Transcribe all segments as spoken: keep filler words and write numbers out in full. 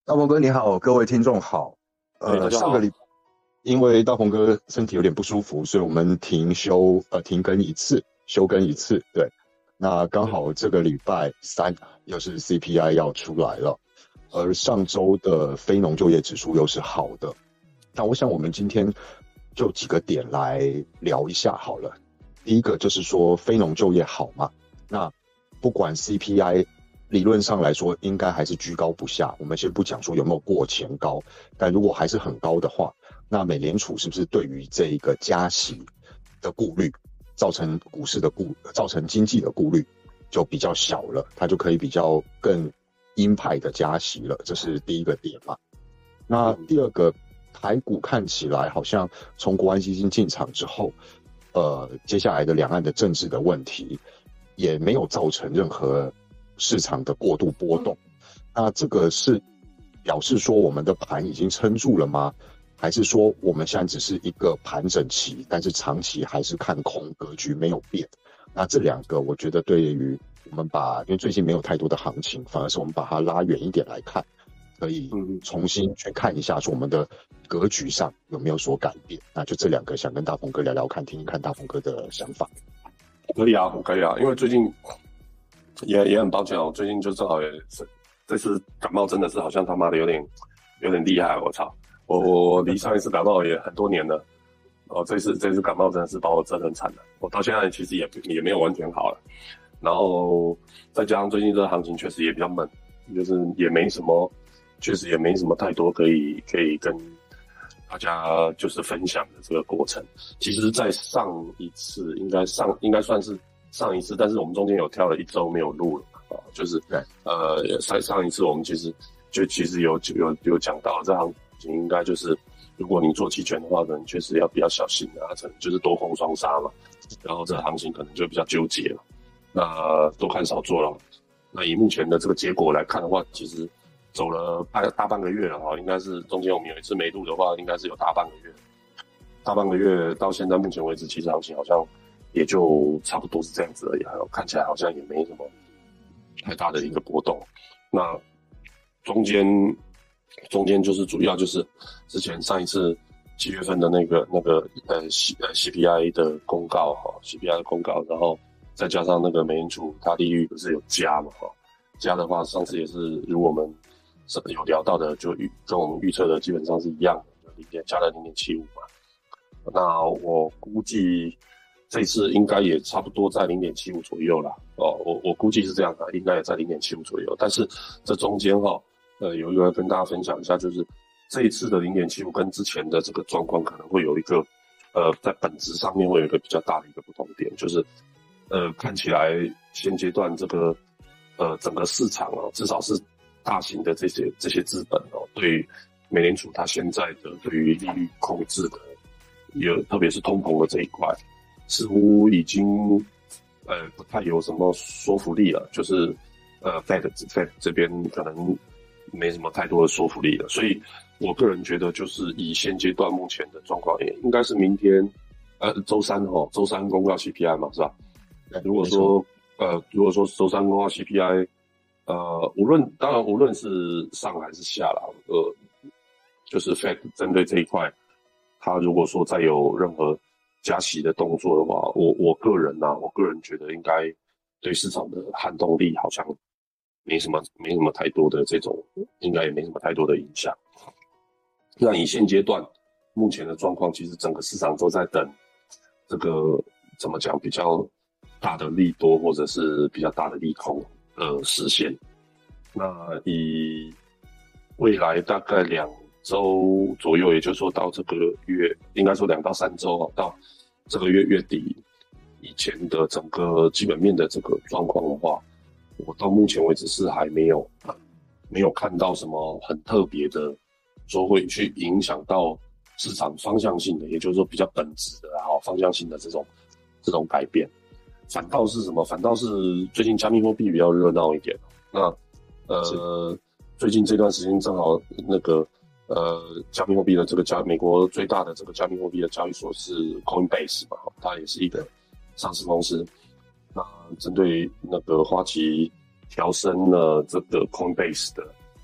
大鹏哥你好，各位听众好。 哎，大呃， 家好。 上个礼因为大鹏哥身体有点不舒服，所以我们停休呃停更一次，休更一次。对，那刚对， 好这个礼拜三又是 C P I 要出来了，而上周的非农就业指数又是好的。那我想我们今天就几个点来聊一下好了。第一个就是说非农就业好嘛，那不管 C P I 理论上来说应该还是居高不下，我们先不讲说有没有过前高，但如果还是很高的话，那美联储是不是对于这一个加息的顾虑，造成股市的顾，造成经济的顾虑就比较小了，它就可以比较更鹰派的加息了，这是第一个点嘛。那嗯， 第二个，台股看起来好像从国安基金进场之后，呃，接下来的两岸的政治的问题也没有造成任何市场的过度波动。那这个是表示说我们的盘已经撑住了吗？还是说我们现在只是一个盘整期，但是长期还是看空格局没有变？那这两个我觉得对于我们把，因为最近没有太多的行情，反而是我们把它拉远一点来看，可以嗯， 重新去看一下，说我们的格局上有没有所改变。那就这两个，想跟大鹏哥聊聊看，听听看大鹏哥的想法。 可以啊，可以啊，因为最近也也很抱歉哦，最近就正好也是这次感冒真的是好像他妈的有点有点厉害，我操！我我我离上一次感冒也很多年了，哦，这次这次感冒真的是把我折腾惨了，我到现在其实也也没有完全好了，然后再加上最近这个行情确实也比较闷，就是也没什么，确实也没什么太多可以可以跟大家就是分享的这个过程。其实，在上一次应该上应该算是上一次，但是我们中间有跳了一周没有录了啊，就是对， 呃上上一次我们其实就其实有有有讲到这行情应该就是如果你做期权的话，可能确实要比较小心啊，可能就是多空双杀嘛，然后这个行情可能就比较纠结了。那多看少做了。那以目前的这个结果来看的话，其实走了大大半个月了哈，应该是中间我们有一次没录的话，应该是有大半个月。大半个月到现在目前为止，其实行情好像也就差不多是这样子而已，看起来好像也没什么太大的一个波动。那中间中间就是主要就是之前上一次七月份的那个那个呃 C 呃 C P I 的公告哈 ，C P I 的公告，然后再加上那个美联储它利率不是有加嘛哈，加的话上次也是如我们有聊到的，就预跟我们预测的基本上是一样的，零点加了零点七五嘛。那我估计这次应该也差不多在零点七五左右啦。哦，我我估计是这样的，应该也在零点七五左右。但是这中间哈、哦，呃，有一个跟大家分享一下，就是这一次的零点七五跟之前的这个状况可能会有一个，呃，在本质上面会有一个比较大的一个不同点，就是呃，看起来现阶段这个呃整个市场哦，至少是大型的这些这些资本哦，对于美联储它现在的对于利率控制的。有，特别是通膨的这一块，似乎已经呃不太有什么说服力了，就是呃 Fed Fed 这边可能没什么太多的说服力了，所以我个人觉得，就是以现阶段目前的状况，也应该是明天呃周三哦，周三公告 C P I 嘛，是吧？ 对， 如果没错， 说呃如果说周三公告 C P I，呃无论当然无论是上还是下啦，呃就是 Fed 针对这一块。他如果说再有任何加息的动作的话，我我个人呐、啊，我个人觉得应该对市场的撼动力好像没什么没什么太多的这种，应该也没什么太多的影响。那以现阶段目前的状况，其实整个市场都在等这个怎么讲比较大的利多或者是比较大的利空呃实现。那以未来大概两周左右，也就是说到这个月，应该说两到三周到这个月月底以前的整个基本面的这个状况的话，我到目前为止是还没有没有看到什么很特别的，说会去影响到市场方向性的，也就是说比较本质的然后方向性的这种这种改变。反倒是什么？反倒是最近加密货币比较热闹一点。那呃，最近这段时间正好那个呃，加密货币的这个交美国最大的这个加密货币的交易所是 Coinbase 嘛，它也是一个上市公司。那针对那个花旗调升了这个 Coinbase 的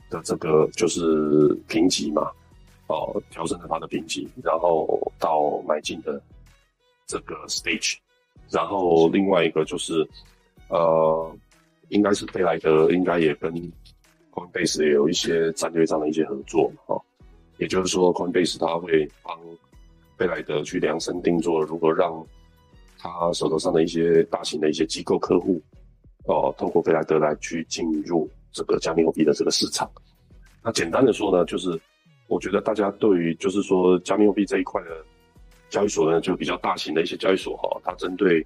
的这个就是评级嘛，哦，调升了它的评级，然后到买进的这个 stage， 然后另外一个就是呃，应该是贝莱德应该也跟 Coinbase 也有一些战略上的一些合作嘛，哦，也就是说 Coinbase 它会帮贝莱德去量身定做如何让他手头上的一些大型的一些机构客户，哦，透过贝莱德来去进入这个加密货币的这个市场。那简单的说呢，就是我觉得大家对于就是说加密货币这一块的交易所呢，就比较大型的一些交易所哈，它针对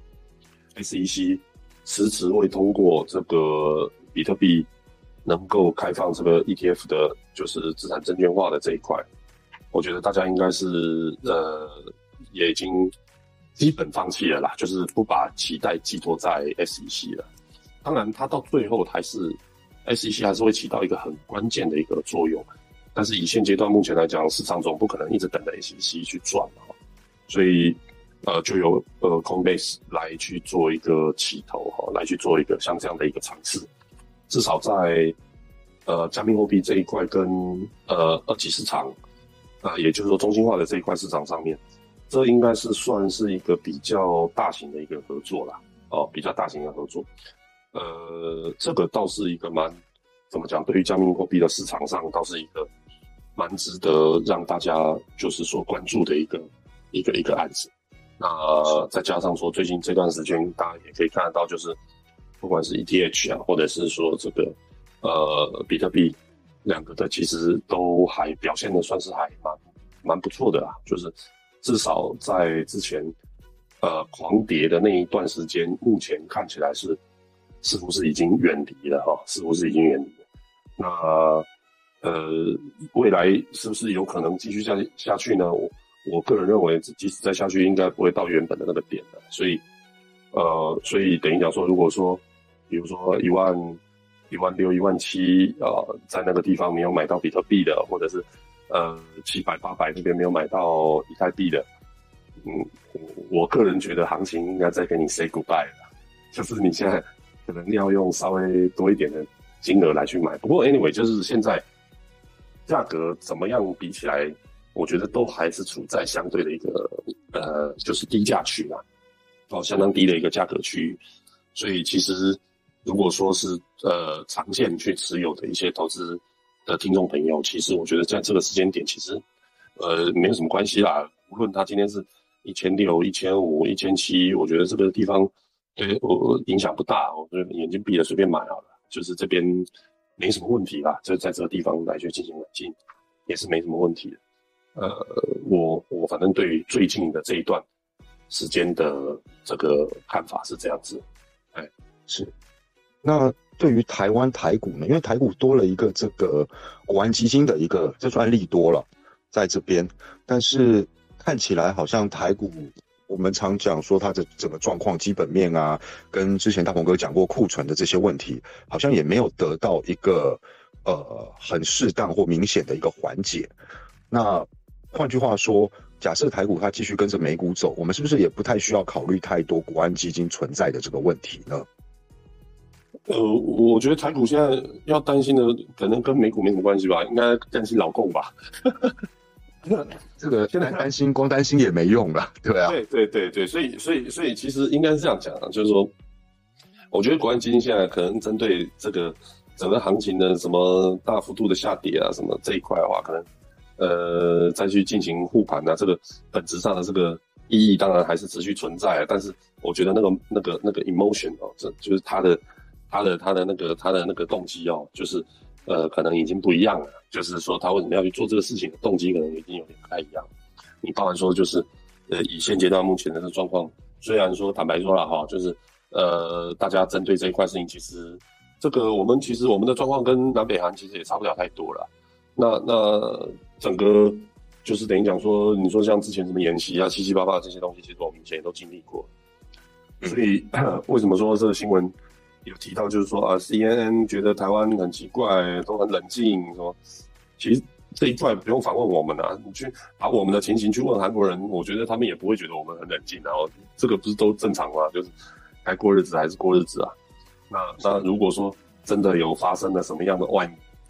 S E C 迟迟未通过这个比特币能够开放这个 E T F 的，就是资产证券化的这一块，我觉得大家应该是呃也已经基本放弃了啦，就是不把期待寄托在 S E C 了。当然，它到最后还是 S E C 还是会起到一个很关键的一个作用。但是以现阶段目前来讲，市场总不可能一直等着 S E C 去赚嘛，所以呃就由呃 Coinbase 来去做一个起头哈，来去做一个像这样的一个尝试。至少在呃加密货币这一块跟呃二级市场啊、呃，也就是说中心化的这一块市场上面。这应该是算是一个比较大型的一个合作啦，哦，比较大型的合作，呃，这个倒是一个蛮怎么讲，对于加密货币的市场上，倒是一个蛮值得让大家就是说关注的一个一个一个案子。那再加上说，最近这段时间大家也可以看得到，就是不管是 E T H 啊，或者是说这个呃比特币，两个的其实都还表现的算是还蛮蛮不错的啦，就是。至少在之前，呃，狂跌的那一段时间，目前看起来是似乎是已经远离了哈，似乎是已经远离了。那呃，未来是不是有可能继续下下去呢？我我个人认为，即使再下去，应该不会到原本的那个点的。所以，呃，所以等于讲说，如果说，比如说一万、一万六、一万七啊，在那个地方没有买到比特币的，或者是呃，七百八百那边没有买到以太币的，嗯，我我个人觉得行情应该再跟你 say goodbye 了，就是你现在可能要用稍微多一点的金额来去买。不过 anyway， 就是现在价格怎么样比起来，我觉得都还是处在相对的一个呃，就是低价区啦，哦，相当低的一个价格区域。所以其实如果说是呃长线去持有的一些投资的听众朋友，其实我觉得在这个时间点，其实呃没有什么关系啦。无论他今天是一千六、一千五、一千七，我觉得这个地方对我影响不大。我觉得眼睛闭了随便买好了，就是这边没什么问题啦。就在这个地方来去进行买进，也是没什么问题的。呃，我我反正对于最近的这一段时间的这个看法是这样子。哎， 是。那对于台湾台股呢？因为台股多了一个这个国安基金的一个，这算利多了，在这边，但是看起来好像台股，我们常讲说它的整个状况、基本面啊，跟之前大鹏哥讲过库存的这些问题，好像也没有得到一个呃很适当或明显的一个缓解。那换句话说，假设台股它继续跟着美股走，我们是不是也不太需要考虑太多国安基金存在的这个问题呢？ 呃，我觉得台股现在要担心的，可能跟美股没什么关系吧，应该担心老共吧。 这个现在担心，光担心也没用了，对啊。 对对对对，所以所以所以其实应该是这样讲啊，就是说，我觉得国安基金现在可能针对这个整个行情的什么大幅度的下跌啊，什么这一块的话，可能呃再去进行护盘啊，这个本质上的这个意义当然还是持续存在，但是我觉得那个那个那个 emotion 哦，这就是它的。他的他的那个他的那个动机哦，就是呃可能已经不一样了，就是说他为什么要去做这个事情的动机可能已经有点不太一样。你包含说就是呃以现阶段目前的这个状况，虽然说坦白说了哈，就是呃大家针对这一块事情，其实这个我们其实我们的状况跟南北韩其实也差不了太多了。那那整个就是等于讲说，你说像之前什么演习啊、七七八八这些东西，其实我们以前也都经历过。所以为什么说这个新闻？有提到就是说啊 ，C N N 觉得台湾很奇怪，都很冷静，说其实这一块不用反问我们啊，你去把我们的情形去问韩国人，我觉得他们也不会觉得我们很冷静，然后这个不是都正常吗？就是该过日子还是过日子啊。那那如果说真的有发生了什么样的外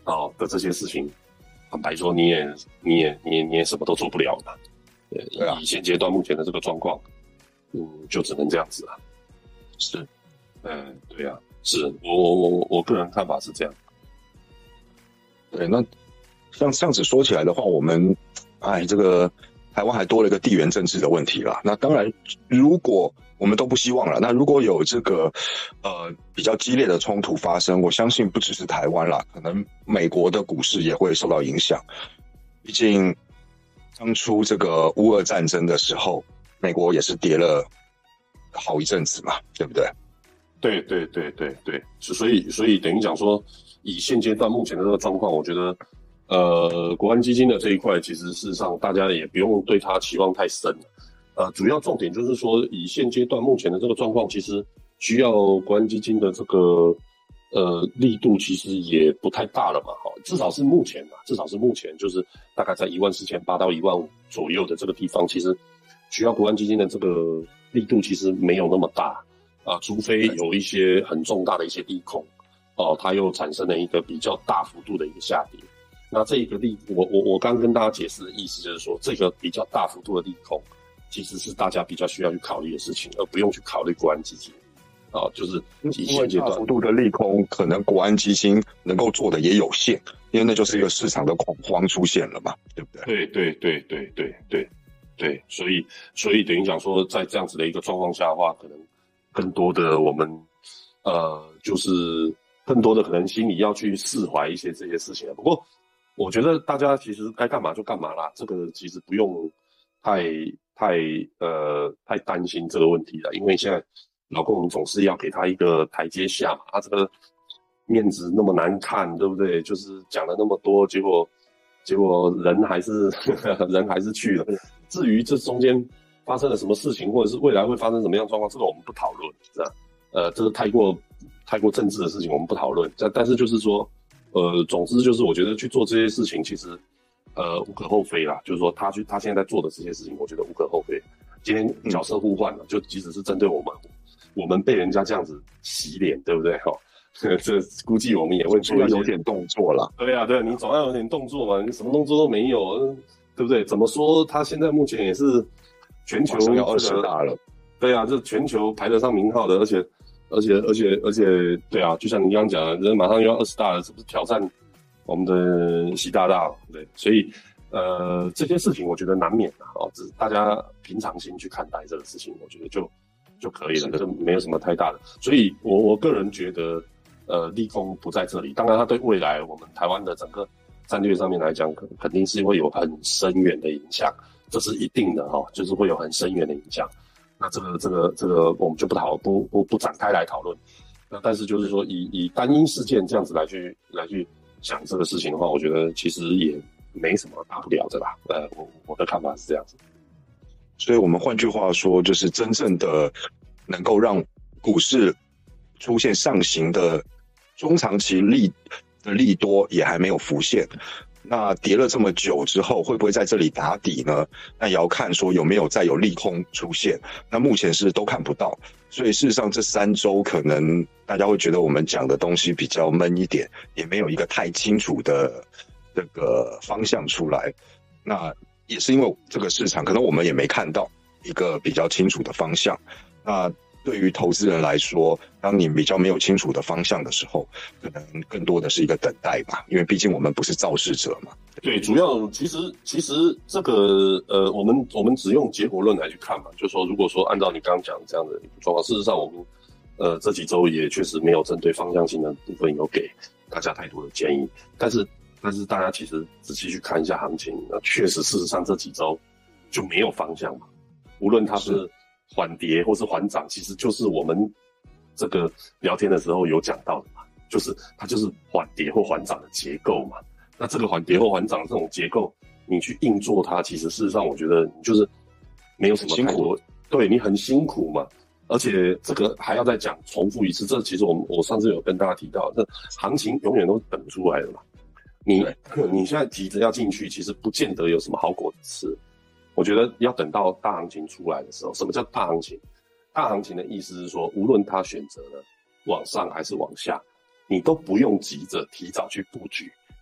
哦的这些事情，坦白说你也你也你也你也什么都做不了嘛。对， 对啊， 以现阶段目前的这个状况，嗯，就只能这样子了。 是， 嗯，对啊，是我我我我个人看法是这样。 对，那像这样子说起来的话，我们哎，这个台湾还多了一个地缘政治的问题啦。那当然，如果我们都不希望了，那如果有这个呃比较激烈的冲突发生，我相信不只是台湾啦，可能美国的股市也会受到影响。毕竟当初这个乌俄战争的时候，美国也是跌了好一阵子嘛，对不对？ 对对对对对，所以所以等于讲说，以现阶段目前的这个状况，我觉得，呃，国安基金的这一块，其实事实上大家也不用对它期望太深了。呃，主要重点就是说，以现阶段目前的这个状况，其实需要国安基金的这个呃力度，其实也不太大了嘛，哈，至少是目前嘛，至少是目前就是大概在一万四千八到一万五左右的这个地方，其实需要国安基金的这个力度其实没有那么大。啊，除非有一些很重大的一些利空，哦，它又产生了一个比较大幅度的一个下跌。那这一个利，我我我刚跟大家解释的意思就是说，这个比较大幅度的利空，其实是大家比较需要去考虑的事情，而不用去考虑国安基金。啊，就是因为大幅度的利空，可能国安基金能够做的也有限，因为那就是一个市场的恐慌出现了嘛，对不对？ 对对对对对对对，所以所以等于讲说，在这样子的一个状况下的话，可能。更多的我们，呃，就是更多的可能心里要去释怀一些这些事情了。不过，我觉得大家其实该干嘛就干嘛啦，这个其实不用太太呃太担心这个问题了，因为现在老共总是要给他一个台阶下嘛，他这个面子那么难看，对不对？就是讲了那么多，结果结果人还是人还是去了。至于这中间发生了什么事情，或者是未来会发生什么样的状况，这个我们不讨论，是吧？呃，这个太过太过政治的事情，我们不讨论。但但是就是说，呃，总之就是我觉得去做这些事情，其实呃无可厚非啦。就是说他去他现在在做的这些事情，我觉得无可厚非。今天角色互换了，就即使是针对我们，我们被人家这样子洗脸，对不对？哈、哦，这估计我们也会做一些有点动作啦。 对啊，对啊，你总要有点动作嘛，你什么动作都没有，对不对？怎么说他现在目前也是。全球要二十大了， 对啊，这全球排得上名号的，而且，而且，而且，而且，对啊，就像你刚刚讲的，人马上又要二十大了，是不是挑战我们的习大大？对，所以，呃，这些事情我觉得难免啊，哦，只是大家平常心去看待这个事情，我觉得就就可以了，这没有什么太大的。所以我我个人觉得，呃，利空不在这里，当然它对未来我们台湾的整个战略上面来讲，肯肯定是会有很深远的影响。这是一定的哈，就是会有很深远的影响。那这个、这个、这个，我们就不讨不不不展开来讨论。那但是就是说以，以以单一事件这样子来去来去想这个事情的话，我觉得其实也没什么大不了的啦。呃，我我的看法是这样子。 所以我们换句话说，就是真正的能够让股市出现上行的中长期利的利多也还没有浮现。那跌了这么久之后，会不会在这里打底呢？那也要看说有没有再有利空出现。那目前是都看不到，所以事实上这三周可能大家会觉得我们讲的东西比较闷一点，也没有一个太清楚的这个方向出来。那也是因为这个市场可能我们也没看到一个比较清楚的方向。那对于投资人来说，当你比较没有清楚的方向的时候，可能更多的是一个等待吧，因为毕竟我们不是造势者嘛。 对，主要其实其实这个呃，我们我们只用结果论来去看嘛，就是说，如果说按照你刚刚讲这样的一个状况，事实上我们呃这几周也确实没有针对方向性的部分有给大家太多的建议，但是但是大家其实仔细去看一下行情，那确实事实上这几周就没有方向嘛，无论它是缓跌或是缓涨，其实就是我们这个聊天的时候有讲到的嘛，就是它就是缓跌或缓涨的结构嘛。那这个缓跌或缓涨这种结构，你去硬做它，其实事实上我觉得你就是没有什么太多，对，你很辛苦嘛。而且这个还要再讲重复一次，这其实我们我上次有跟大家提到，这行情永远都等出来的嘛。你你现在急着要进去，其实不见得有什么好果子吃。我觉得要等到大行情出来的时候，什么叫大行情？大行情的意思是说，无论他选择了往上还是往下，你都不用急着提早去布局，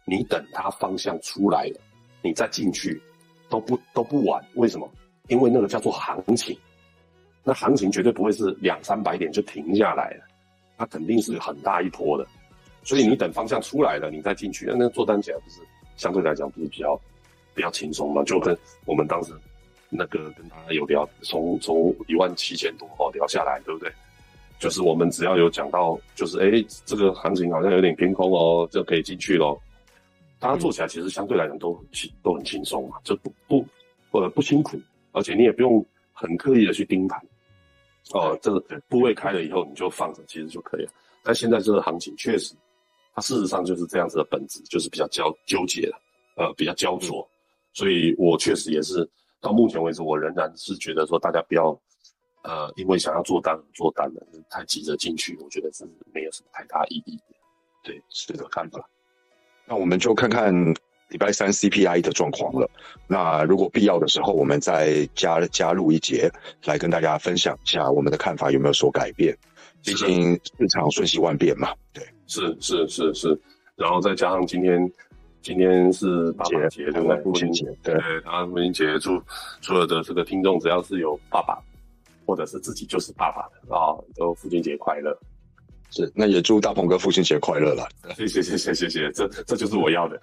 你等它方向出来了，你再进去都不都不晚。为什么？因为那个叫做行情，那行情绝对不会是两三百点就停下来了，它肯定是很大一波的。所以你等方向出来了，你再进去，那那做单起来不是相对来讲不是比较比较轻松吗？就跟我们当时那个跟大家有聊，从从一万七千多哦聊下来，对不对？就是我们只要有讲到，就是哎，这个行情好像有点偏空哦，就可以进去咯。大家做起来其实相对来讲都都很轻松嘛，就不不呃不辛苦，而且你也不用很刻意的去盯盘。哦，这个部位开了以后你就放着，其实就可以了。但现在这个行情确实，它事实上就是这样子的本质，就是比较交纠结了，呃，比较焦灼。所以我确实也是到目前为止，我仍然是觉得说大家不要。呃，因为想要做单而做单的，太急着进去，我觉得是没有什么太大意义的。对，是这个看法。 那我们就看看礼拜三 C P I 的状况了。那如果必要的时候，我们再加加入一节，来跟大家分享一下我们的看法有没有所改变。毕竟市场瞬息万变嘛。对， 是是是是。然后再加上今天，今天是爸爸节，对不对？父亲节，对，然后父亲节祝所有的这个听众，只要是有爸爸。或者是自己就是爸爸的啊，都父亲节快乐。 是，那也祝大鹏哥父亲节快乐啦！ 谢谢谢谢谢谢，这这就是我要的。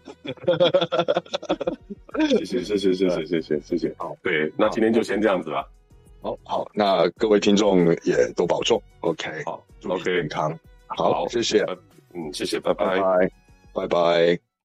谢谢谢谢谢谢谢谢谢谢。好，对，那今天就先这样子吧。 好好，那各位听众也都保重。OK， 好， 祝你健康。好，谢谢。 嗯，谢谢，拜拜， 拜拜。拜拜。